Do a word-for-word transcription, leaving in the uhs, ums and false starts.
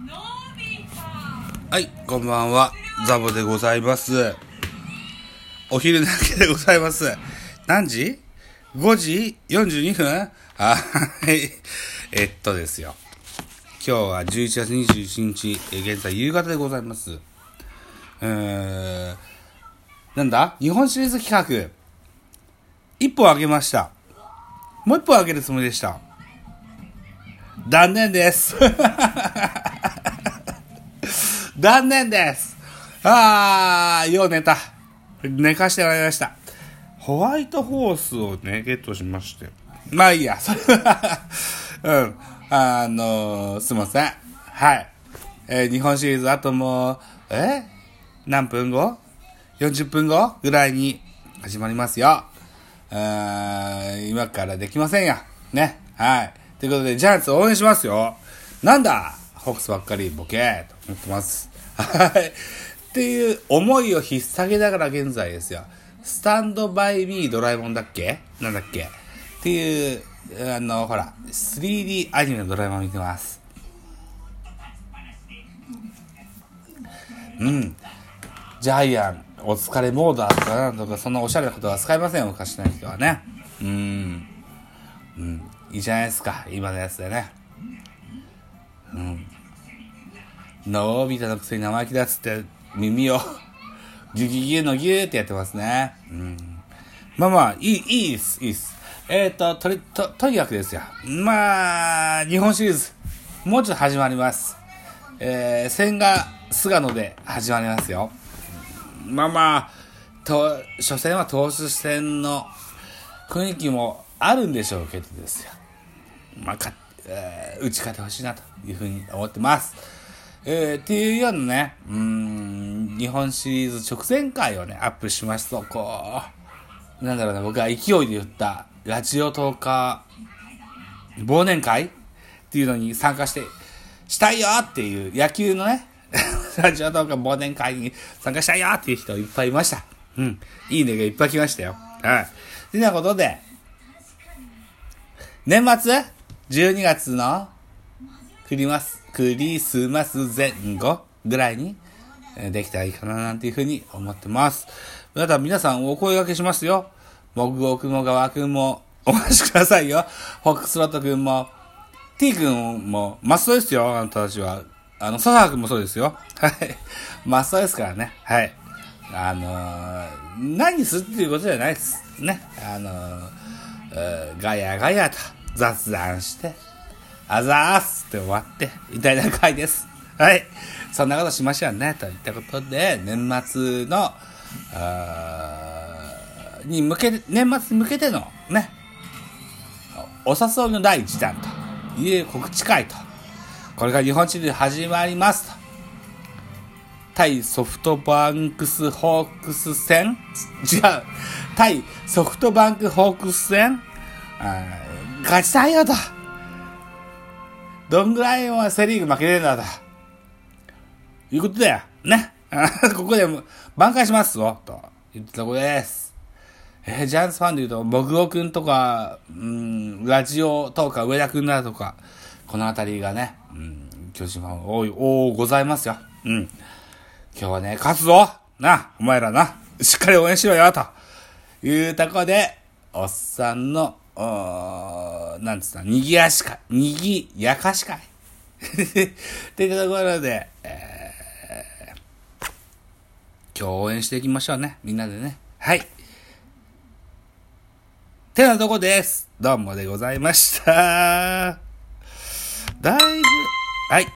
はい、こんばんは。ザボでございます。お昼だけでございます。何時 ?ご 時よんじゅうにふんはい。えっとですよ。今日はじゅういちがつにじゅういちにち、現在夕方でございます。えー、なんだ日本シリーズ企画。一本あげました。もう一本あげるつもりでした。断念です。断念です。あー、よう寝た。寝かしてまいりました。ホワイトホースをね、ゲットしまして。まあいいや、それは、うん。あのー、すいません。はい。えー、日本シリーズあともう、え何分後 ?よんじゅっ 分後ぐらいに始まりますよ。今からできませんや。ね。はい。ということで、ジャイアンツ応援しますよ。なんだホークスばっかりボケーと思ってます。はい。っていう思いを引っ提げながら現在ですよ。スタンドバイミードラえもんだっけなんだっけっていう、あの、ほら、スリーディー アニメのドラえもん見てます。うん。ジャイアン、お疲れモードとかなんとか、そんなおしゃれなことは使いませんよ、昔の人はね。うーん。うん。いいじゃないですか、今のやつでね。うん。のび太のくせに生意気だっつって耳をギュギュギュのギューってやってますね。うん。まあまあ、いい、いいです、いいです。えっと、とり、と、とにかくですよ。まあ、日本シリーズ、もうちょっと始まります。えー、千賀、菅野で始まりますよ。まあまあ、と、初戦は投手戦の雰囲気もあるんでしょうけどですよ。まあ、か、えー、打ち勝ってほしいなというふうに思ってます。えー、っていうようなね、うーん、日本シリーズ直前回をね、アップしますと、こう、なんだろうね、僕が勢いで言った、ラジオとおか忘年会っていうのに参加して、したいよっていう野球のね、ラジオとおか忘年会に参加したいよっていう人いっぱいいました。うん。いいねがいっぱい来ましたよ。はい。てなことで、年末じゅうにがつのクリマス、クリスマス前後ぐらいにできたらいいかななんていうふうに思ってます。また皆さんお声掛けしますよ。もぐおくんもがわくんもお待ちくださいよ。ホックスロットくんも T くんもマストですよ。あなたたちは。あの、笹原くんもそうですよ。はい。マストですからね。はい。あのー、何するっていうことじゃないです。ね。あのー、ガヤガヤと雑談して、あざーすって終わって、みたいな回です。はい。そんなことしましょうね。といったことで、年末の、あに向けて、年末に向けてのね、お誘いの第一弾という告知会と、これから日本シリーズ始まりますと。対ソフトバンクスホークス戦違う。対ソフトバンクホークス戦勝ちたいよと。どんぐらいもセリーグ負けてんだと。いうことだよ。ね。ここで挽回しますぞ。と言ってたとこです。えー、ジャイアンツファンで言うと、ボグオくんとか、うん、ラジオとか、上田くんだとか、このあたりがね、うん、巨人ファン多い、多ございますよ。うん。今日はね、勝つぞな、お前らな。しっかり応援しろよ、というとこで、おっさんの、なんつった、にぎやしか、にぎやかしかい。っていったところで、えー、今日応援していきましょうね。みんなでね。はい。てなとこです。どうもでございました。だいぶ、はい。